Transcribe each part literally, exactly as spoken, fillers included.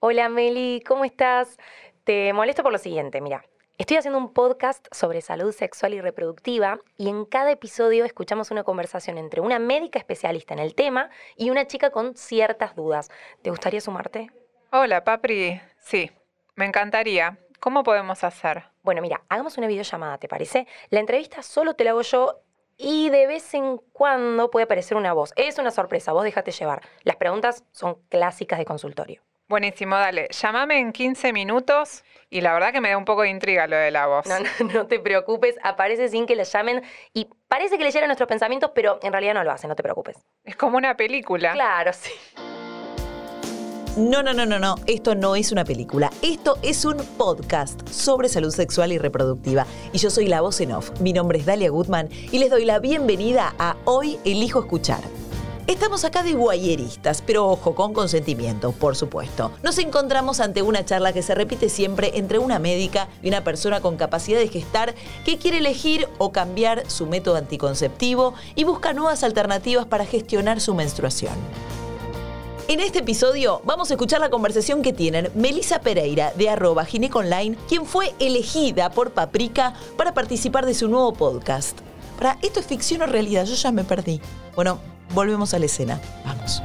Hola Meli, ¿cómo estás? Te molesto por lo siguiente, mira. Estoy haciendo un podcast sobre salud sexual y reproductiva y en cada episodio escuchamos una conversación entre una médica especialista en el tema y una chica con ciertas dudas. ¿Te gustaría sumarte? Hola, Papri. Sí, me encantaría. ¿Cómo podemos hacer? Bueno, mira, hagamos una videollamada, ¿te parece? La entrevista solo te la hago yo y de vez en cuando puede aparecer una voz. Es una sorpresa, vos déjate llevar. Las preguntas son clásicas de consultorio. Buenísimo, dale. Llámame en quince minutos y la verdad que me da un poco de intriga lo de la voz. No, no, no te preocupes, aparece sin que la llamen y parece que leyera nuestros pensamientos, pero en realidad no lo hace, no te preocupes. Es como una película. Claro, sí. No, no, no, no, no. Esto no es una película. Esto es un podcast sobre salud sexual y reproductiva. Y yo soy la voz en off. Mi nombre es Dalia Gutman y les doy la bienvenida a Hoy Elijo Escuchar. Estamos acá de guayeristas, pero ojo, con consentimiento, por supuesto. Nos encontramos ante una charla que se repite siempre entre una médica y una persona con capacidad de gestar que quiere elegir o cambiar su método anticonceptivo y busca nuevas alternativas para gestionar su menstruación. En este episodio vamos a escuchar la conversación que tienen Melissa Pereira de arroba gineconline, quien fue elegida por Paprika para participar de su nuevo podcast. Para, ¿esto es ficción o realidad? Yo ya me perdí. Bueno, volvemos a la escena. Vamos.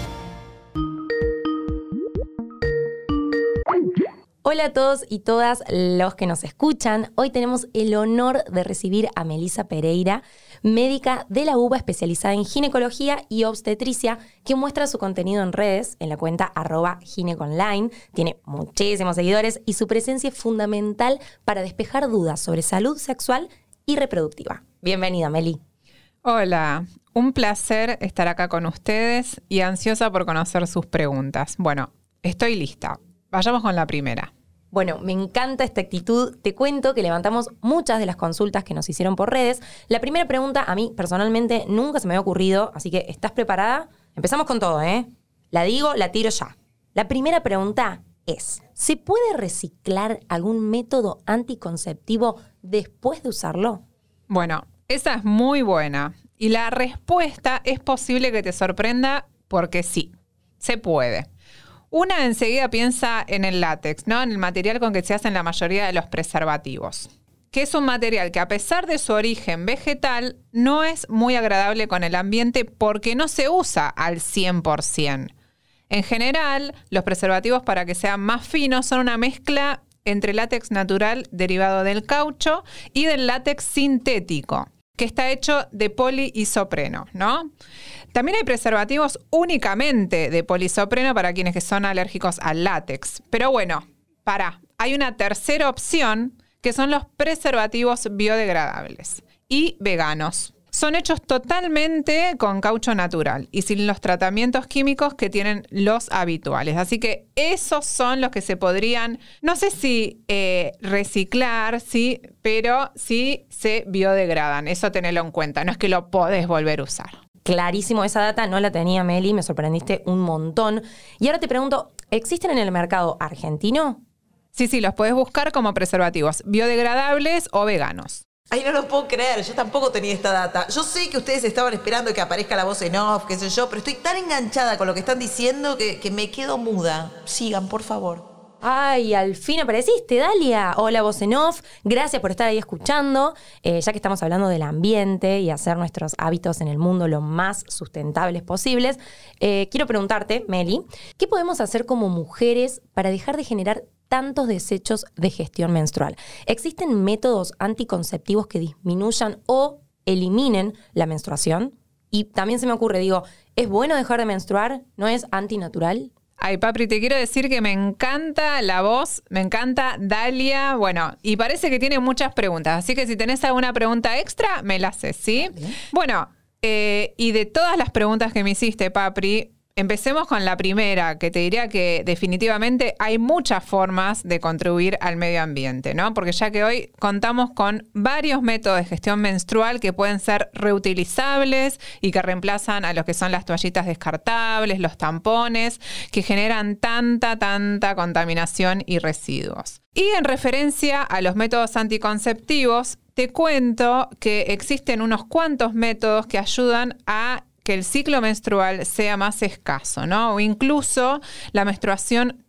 Hola a todos y todas los que nos escuchan. Hoy tenemos el honor de recibir a Melissa Pereira, médica de la U B A especializada en ginecología y obstetricia, que muestra su contenido en redes, en la cuenta arroba gineconline. Tiene muchísimos seguidores y su presencia es fundamental para despejar dudas sobre salud sexual y reproductiva. Bienvenida, Meli. Hola, un placer estar acá con ustedes y ansiosa por conocer sus preguntas. Bueno, estoy lista. Vayamos con la primera. Bueno, me encanta esta actitud. Te cuento que levantamos muchas de las consultas que nos hicieron por redes. La primera pregunta a mí personalmente nunca se me había ocurrido, así que ¿estás preparada? Empezamos con todo, ¿eh? La digo, la tiro ya. La primera pregunta es, ¿se puede reciclar algún método anticonceptivo después de usarlo? Bueno, esa es muy buena. Y la respuesta es posible que te sorprenda porque sí, se puede. Una enseguida piensa en el látex, ¿no? En el material con que se hacen la mayoría de los preservativos, que es un material que a pesar de su origen vegetal no es muy agradable con el ambiente porque no se usa al cien por ciento. En general, los preservativos para que sean más finos son una mezcla entre látex natural derivado del caucho y del látex sintético, que está hecho de poliisopreno, ¿no? También hay preservativos únicamente de poliisopreno para quienes que son alérgicos al látex. Pero bueno, pará, hay una tercera opción que son los preservativos biodegradables y veganos. Son hechos totalmente con caucho natural y sin los tratamientos químicos que tienen los habituales. Así que esos son los que se podrían, no sé si eh, reciclar, sí, pero sí se biodegradan. Eso tenelo en cuenta, no es que lo podés volver a usar. Clarísimo, esa data no la tenía, Meli, me sorprendiste un montón. Y ahora te pregunto, ¿existen en el mercado argentino? Sí, sí, los podés buscar como preservativos biodegradables o veganos. Ay, no lo puedo creer, yo tampoco tenía esta data. Yo sé que ustedes estaban esperando que aparezca la voz en off, qué sé yo, pero estoy tan enganchada con lo que están diciendo que, que me quedo muda. Sigan, por favor. Ay, al fin apareciste, Dalia. Hola, voz en off. Gracias por estar ahí escuchando. Eh, ya que estamos hablando del ambiente y hacer nuestros hábitos en el mundo lo más sustentables posibles, eh, quiero preguntarte, Meli, ¿qué podemos hacer como mujeres para dejar de generar tantos desechos de gestión menstrual? ¿Existen métodos anticonceptivos que disminuyan o eliminen la menstruación? Y también se me ocurre, digo, ¿es bueno dejar de menstruar? ¿No es antinatural? Ay, Papri, te quiero decir que me encanta la voz, me encanta Dalia, bueno, y parece que tiene muchas preguntas, así que si tenés alguna pregunta extra, me la haces, ¿sí? Bien. Bueno, eh, y de todas las preguntas que me hiciste, Papri, empecemos con la primera, que te diría que definitivamente hay muchas formas de contribuir al medio ambiente, ¿no? Porque ya que hoy contamos con varios métodos de gestión menstrual que pueden ser reutilizables y que reemplazan a los que son las toallitas descartables, los tampones, que generan tanta, tanta contaminación y residuos. Y en referencia a los métodos anticonceptivos, te cuento que existen unos cuantos métodos que ayudan a que el ciclo menstrual sea más escaso, ¿no? O incluso la menstruación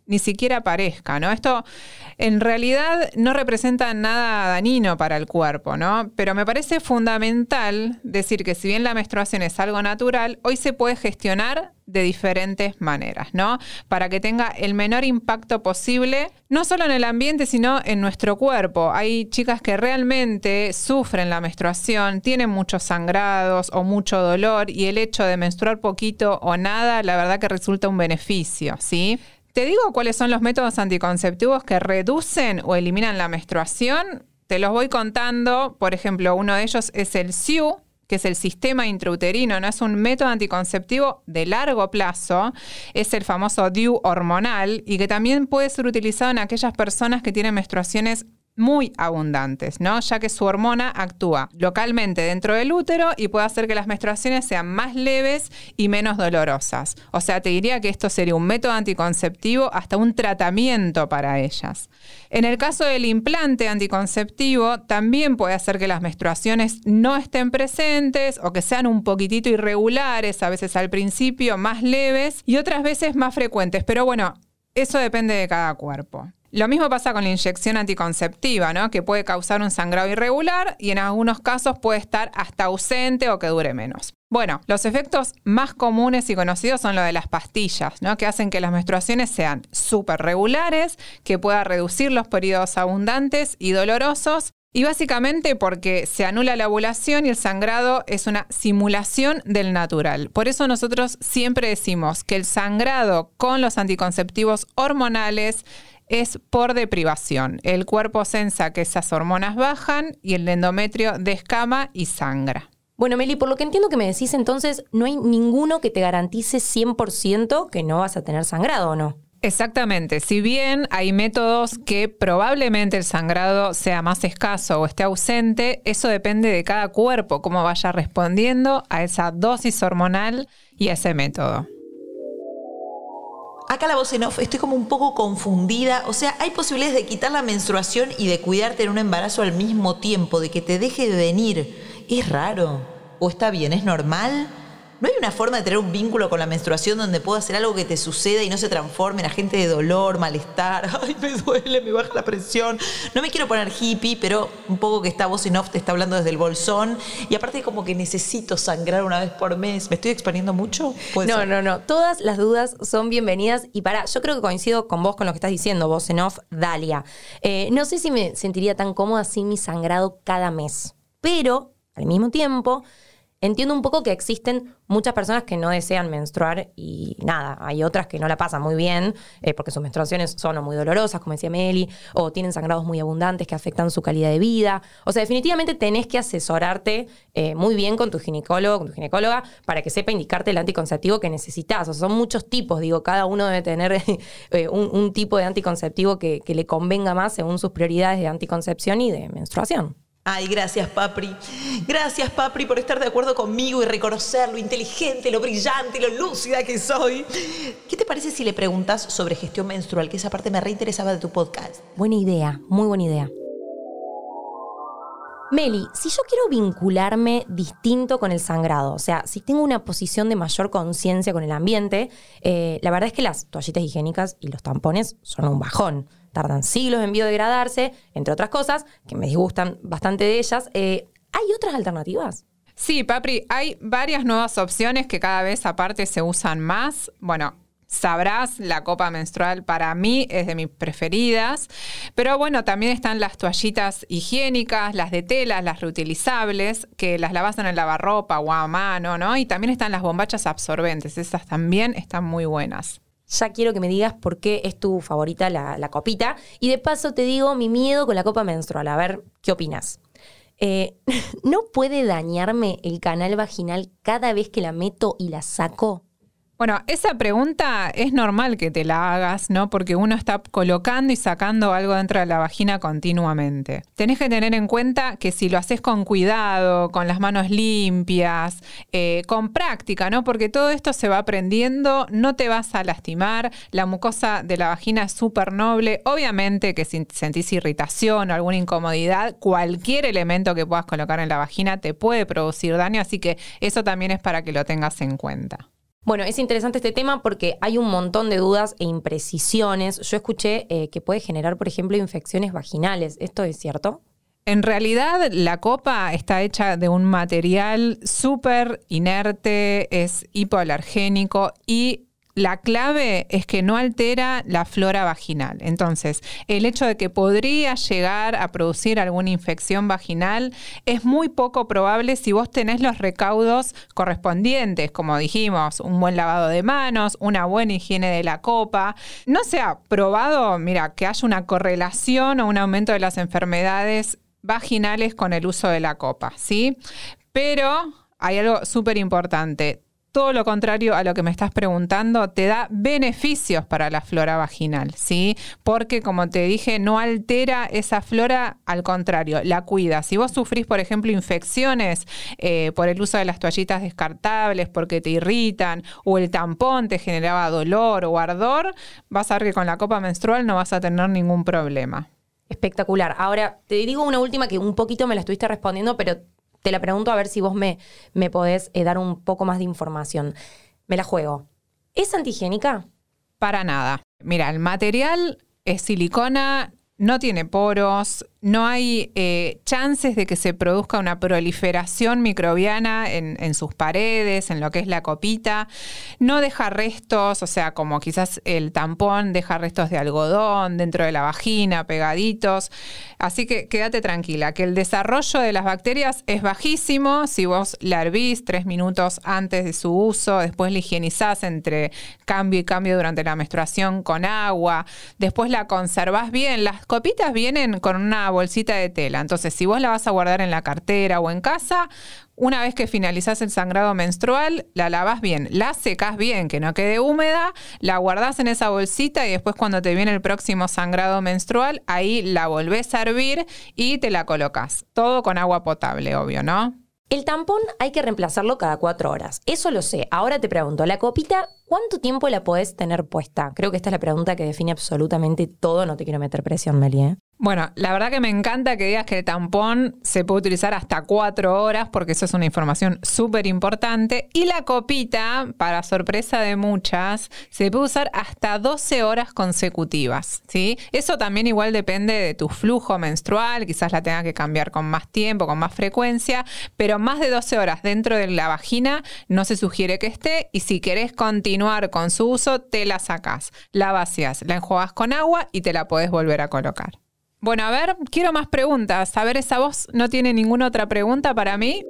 ni siquiera aparezca, ¿no? Esto en realidad no representa nada dañino para el cuerpo, ¿no? Pero me parece fundamental decir que si bien la menstruación es algo natural, hoy se puede gestionar de diferentes maneras, ¿no? Para que tenga el menor impacto posible, no solo en el ambiente, sino en nuestro cuerpo. Hay chicas que realmente sufren la menstruación, tienen muchos sangrados o mucho dolor, y el hecho de menstruar poquito o nada, la verdad que resulta un beneficio, ¿sí? Te digo cuáles son los métodos anticonceptivos que reducen o eliminan la menstruación. Te los voy contando. Por ejemplo, uno de ellos es el S I U, que es el sistema intrauterino, ¿no? Es un método anticonceptivo de largo plazo, es el famoso D I U hormonal, y que también puede ser utilizado en aquellas personas que tienen menstruaciones muy abundantes, ¿no? Ya que su hormona actúa localmente dentro del útero y puede hacer que las menstruaciones sean más leves y menos dolorosas. O sea, te diría que esto sería un método anticonceptivo, hasta un tratamiento para ellas. En el caso del implante anticonceptivo, también puede hacer que las menstruaciones no estén presentes o que sean un poquitito irregulares, a veces al principio más leves y otras veces más frecuentes. Pero bueno, eso depende de cada cuerpo. Lo mismo pasa con la inyección anticonceptiva, ¿no? Que puede causar un sangrado irregular y en algunos casos puede estar hasta ausente o que dure menos. Bueno, los efectos más comunes y conocidos son los de las pastillas, ¿no? Que hacen que las menstruaciones sean súper regulares, que pueda reducir los periodos abundantes y dolorosos, y básicamente porque se anula la ovulación y el sangrado es una simulación del natural. Por eso nosotros siempre decimos que el sangrado con los anticonceptivos hormonales es por deprivación. El cuerpo sensa que esas hormonas bajan y el endometrio descama y sangra. Bueno, Meli, por lo que entiendo que me decís, entonces no hay ninguno que te garantice cien por ciento que no vas a tener sangrado, ¿o no? Exactamente. Si bien hay métodos que probablemente el sangrado sea más escaso o esté ausente, eso depende de cada cuerpo, cómo vaya respondiendo a esa dosis hormonal y a ese método. Acá la voz en off, estoy como un poco confundida. O sea, ¿hay posibilidades de quitar la menstruación y de cuidarte en un embarazo al mismo tiempo, de que te deje de venir? ¿Es raro? ¿O está bien? ¿Es normal? ¿No hay una forma de tener un vínculo con la menstruación donde pueda hacer algo que te suceda y no se transforme en agente de dolor, malestar? Ay, me duele, me baja la presión. No me quiero poner hippie, pero un poco que esta voz en off te está hablando desde el bolsón. Y aparte como que necesito sangrar una vez por mes. ¿Me estoy exponiendo mucho? No, ser? no, no. Todas las dudas son bienvenidas. Y pará, yo creo que coincido con vos con lo que estás diciendo, voz en off, Dalia. Eh, no sé si me sentiría tan cómoda sin mi sangrado cada mes. Pero, al mismo tiempo, entiendo un poco que existen muchas personas que no desean menstruar y nada, hay otras que no la pasan muy bien eh, porque sus menstruaciones son o muy dolorosas, como decía Meli, o tienen sangrados muy abundantes que afectan su calidad de vida. O sea, definitivamente tenés que asesorarte eh, muy bien con tu ginecólogo, con tu ginecóloga, para que sepa indicarte el anticonceptivo que necesitas. O sea, son muchos tipos, digo, cada uno debe tener eh, un, un tipo de anticonceptivo que, que le convenga más según sus prioridades de anticoncepción y de menstruación. Ay, gracias, Papri. Gracias, Papri, por estar de acuerdo conmigo y reconocer lo inteligente, lo brillante y lo lúcida que soy. ¿Qué te parece si le preguntas sobre gestión menstrual? Que esa parte me reinteresaba de tu podcast. Buena idea, muy buena idea. Meli, si yo quiero vincularme distinto con el sangrado, o sea, si tengo una posición de mayor conciencia con el ambiente, eh, la verdad es que las toallitas higiénicas y los tampones son un bajón. Tardan siglos en biodegradarse, entre otras cosas, que me disgustan bastante de ellas. Eh, ¿Hay otras alternativas? Sí, Papri, hay varias nuevas opciones que cada vez aparte se usan más. Bueno, sabrás, la copa menstrual para mí es de mis preferidas. Pero bueno, también están las toallitas higiénicas, las de tela, las reutilizables, que las lavas en el lavarropa o a mano, ¿no? Y también están las bombachas absorbentes, esas también están muy buenas. Ya quiero que me digas por qué es tu favorita la, la copita. Y de paso te digo mi miedo con la copa menstrual. A ver, ¿qué opinas? Eh, ¿No puede dañarme el canal vaginal cada vez que la meto y la saco? Bueno, esa pregunta es normal que te la hagas, ¿no? Porque uno está colocando y sacando algo dentro de la vagina continuamente. Tenés que tener en cuenta que si lo haces con cuidado, con las manos limpias, eh, con práctica, ¿no? Porque todo esto se va aprendiendo, no te vas a lastimar. La mucosa de la vagina es súper noble. Obviamente que si sentís irritación o alguna incomodidad, cualquier elemento que puedas colocar en la vagina te puede producir daño, así que eso también es para que lo tengas en cuenta. Bueno, es interesante este tema porque hay un montón de dudas e imprecisiones. Yo escuché eh, que puede generar, por ejemplo, infecciones vaginales. ¿Esto es cierto? En realidad, la copa está hecha de un material súper inerte, es hipoalergénico y la clave es que no altera la flora vaginal. Entonces, el hecho de que podría llegar a producir alguna infección vaginal es muy poco probable si vos tenés los recaudos correspondientes, como dijimos, un buen lavado de manos, una buena higiene de la copa. No se ha probado, mira, que haya una correlación o un aumento de las enfermedades vaginales con el uso de la copa, ¿sí? Pero hay algo súper importante. Todo lo contrario a lo que me estás preguntando, te da beneficios para la flora vaginal, ¿sí? Porque, como te dije, no altera esa flora, al contrario, la cuida. Si vos sufrís, por ejemplo, infecciones eh, por el uso de las toallitas descartables, porque te irritan, o el tampón te generaba dolor o ardor, vas a ver que con la copa menstrual no vas a tener ningún problema. Espectacular. Ahora, te digo una última que un poquito me la estuviste respondiendo, pero te la pregunto a ver si vos me, me podés eh, dar un poco más de información. Me la juego. ¿Es antihigiénica? Para nada. Mira, el material es silicona, no tiene poros, no hay eh, chances de que se produzca una proliferación microbiana en, en sus paredes, en lo que es la copita. No deja restos, o sea, como quizás el tampón deja restos de algodón dentro de la vagina, pegaditos. Así que quédate tranquila, que el desarrollo de las bacterias es bajísimo. Si vos la hervís tres minutos antes de su uso, después la higienizás entre cambio y cambio durante la menstruación con agua, después la conservás bien. Las copitas vienen con una bolsita de tela, entonces si vos la vas a guardar en la cartera o en casa, una vez que finalizás el sangrado menstrual, la lavás bien, la secás bien, que no quede húmeda, la guardás en esa bolsita y después cuando te viene el próximo sangrado menstrual, ahí la volvés a hervir y te la colocás. Todo con agua potable, obvio, ¿no? El tampón hay que reemplazarlo cada cuatro horas. Eso lo sé. Ahora te pregunto, ¿la copita cuánto tiempo la podés tener puesta? Creo que esta es la pregunta que define absolutamente todo. No te quiero meter presión, Meli, ¿eh? Bueno, la verdad que me encanta que digas que el tampón se puede utilizar hasta cuatro horas porque eso es una información súper importante. Y la copita, para sorpresa de muchas, se puede usar hasta doce horas consecutivas, ¿sí? Eso también igual depende de tu flujo menstrual, quizás la tengas que cambiar con más tiempo, con más frecuencia, pero más de doce horas dentro de la vagina no se sugiere que esté y si querés continuar con su uso, te la sacás, la vacías, la enjuagás con agua y te la podés volver a colocar. Bueno, a ver, quiero más preguntas. A ver, ¿esa voz no tiene ninguna otra pregunta para mí?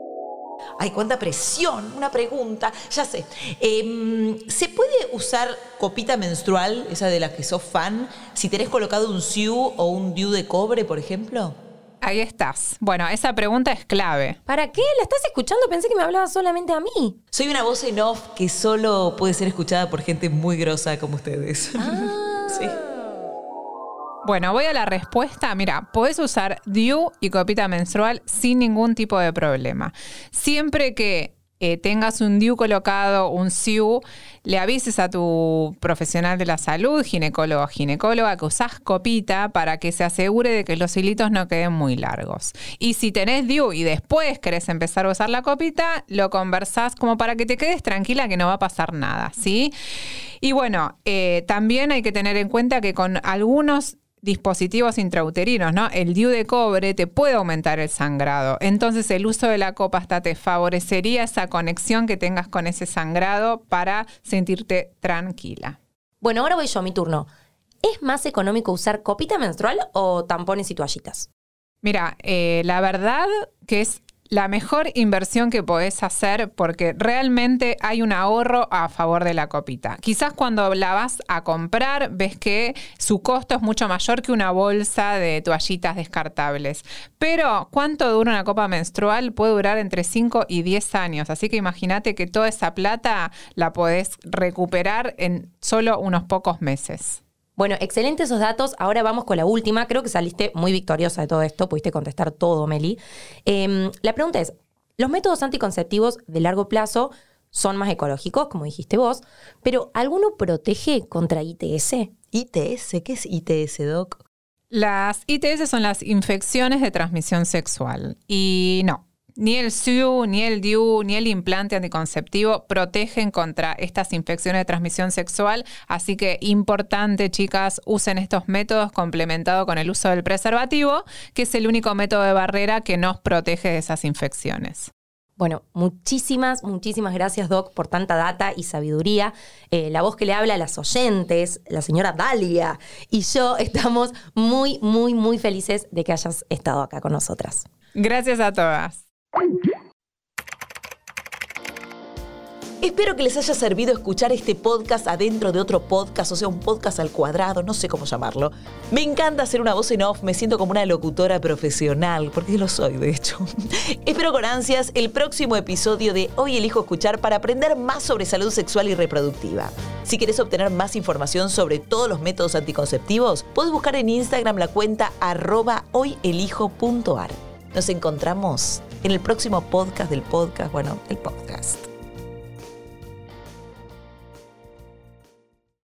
Ay, cuánta presión, una pregunta. Ya sé. Eh, ¿Se puede usar copita menstrual, esa de la que sos fan, si tenés colocado un S I U o un D I U de cobre, por ejemplo? Ahí estás. Bueno, esa pregunta es clave. ¿Para qué? ¿La estás escuchando? Pensé que me hablabas solamente a mí. Soy una voz en off que solo puede ser escuchada por gente muy grosa como ustedes. Ah. Sí. Bueno, voy a la respuesta. Mira, podés usar D I U y copita menstrual sin ningún tipo de problema. Siempre que eh, tengas un D I U colocado, un S I U, le avises a tu profesional de la salud, ginecólogo o ginecóloga, que usás copita para que se asegure de que los hilitos no queden muy largos. Y si tenés D I U y después querés empezar a usar la copita, lo conversás como para que te quedes tranquila que no va a pasar nada, ¿sí? Y bueno, eh, también hay que tener en cuenta que con algunos dispositivos intrauterinos, ¿no? El D I U de cobre te puede aumentar el sangrado. Entonces el uso de la copa hasta te favorecería esa conexión que tengas con ese sangrado para sentirte tranquila. Bueno, ahora voy yo, mi turno. ¿Es más económico usar copita menstrual o tampones y toallitas? Mira, eh, la verdad que es la mejor inversión que podés hacer porque realmente hay un ahorro a favor de la copita. Quizás cuando la vas a comprar ves que su costo es mucho mayor que una bolsa de toallitas descartables. Pero ¿cuánto dura una copa menstrual? Puede durar entre cinco y diez años. Así que imagínate que toda esa plata la podés recuperar en solo unos pocos meses. Bueno, excelentes esos datos. Ahora vamos con la última. Creo que saliste muy victoriosa de todo esto. Pudiste contestar todo, Meli. Eh, la pregunta es, ¿los métodos anticonceptivos de largo plazo son más ecológicos, como dijiste vos, pero alguno protege contra I T S? ¿I T S? ¿Qué es I T S, Doc? Las I T S son las infecciones de transmisión sexual. Y no. Ni el S I U, ni el D I U, ni el implante anticonceptivo protegen contra estas infecciones de transmisión sexual, así que importante, chicas, usen estos métodos complementado con el uso del preservativo, que es el único método de barrera que nos protege de esas infecciones. Bueno, muchísimas, muchísimas gracias, Doc, por tanta data y sabiduría. Eh, la voz que le habla a las oyentes, la señora Dalia y yo estamos muy, muy, muy felices de que hayas estado acá con nosotras. Gracias a todas. Espero que les haya servido escuchar este podcast adentro de otro podcast, o sea, un podcast al cuadrado, no sé cómo llamarlo. Me encanta hacer una voz en off, me siento como una locutora profesional, porque lo soy, de hecho. Espero con ansias el próximo episodio de Hoy Elijo Escuchar para aprender más sobre salud sexual y reproductiva. Si querés obtener más información sobre todos los métodos anticonceptivos, podés buscar en Instagram la cuenta arroba hoyelijo punto ar. Nos encontramos en el próximo podcast del podcast, bueno, el podcast.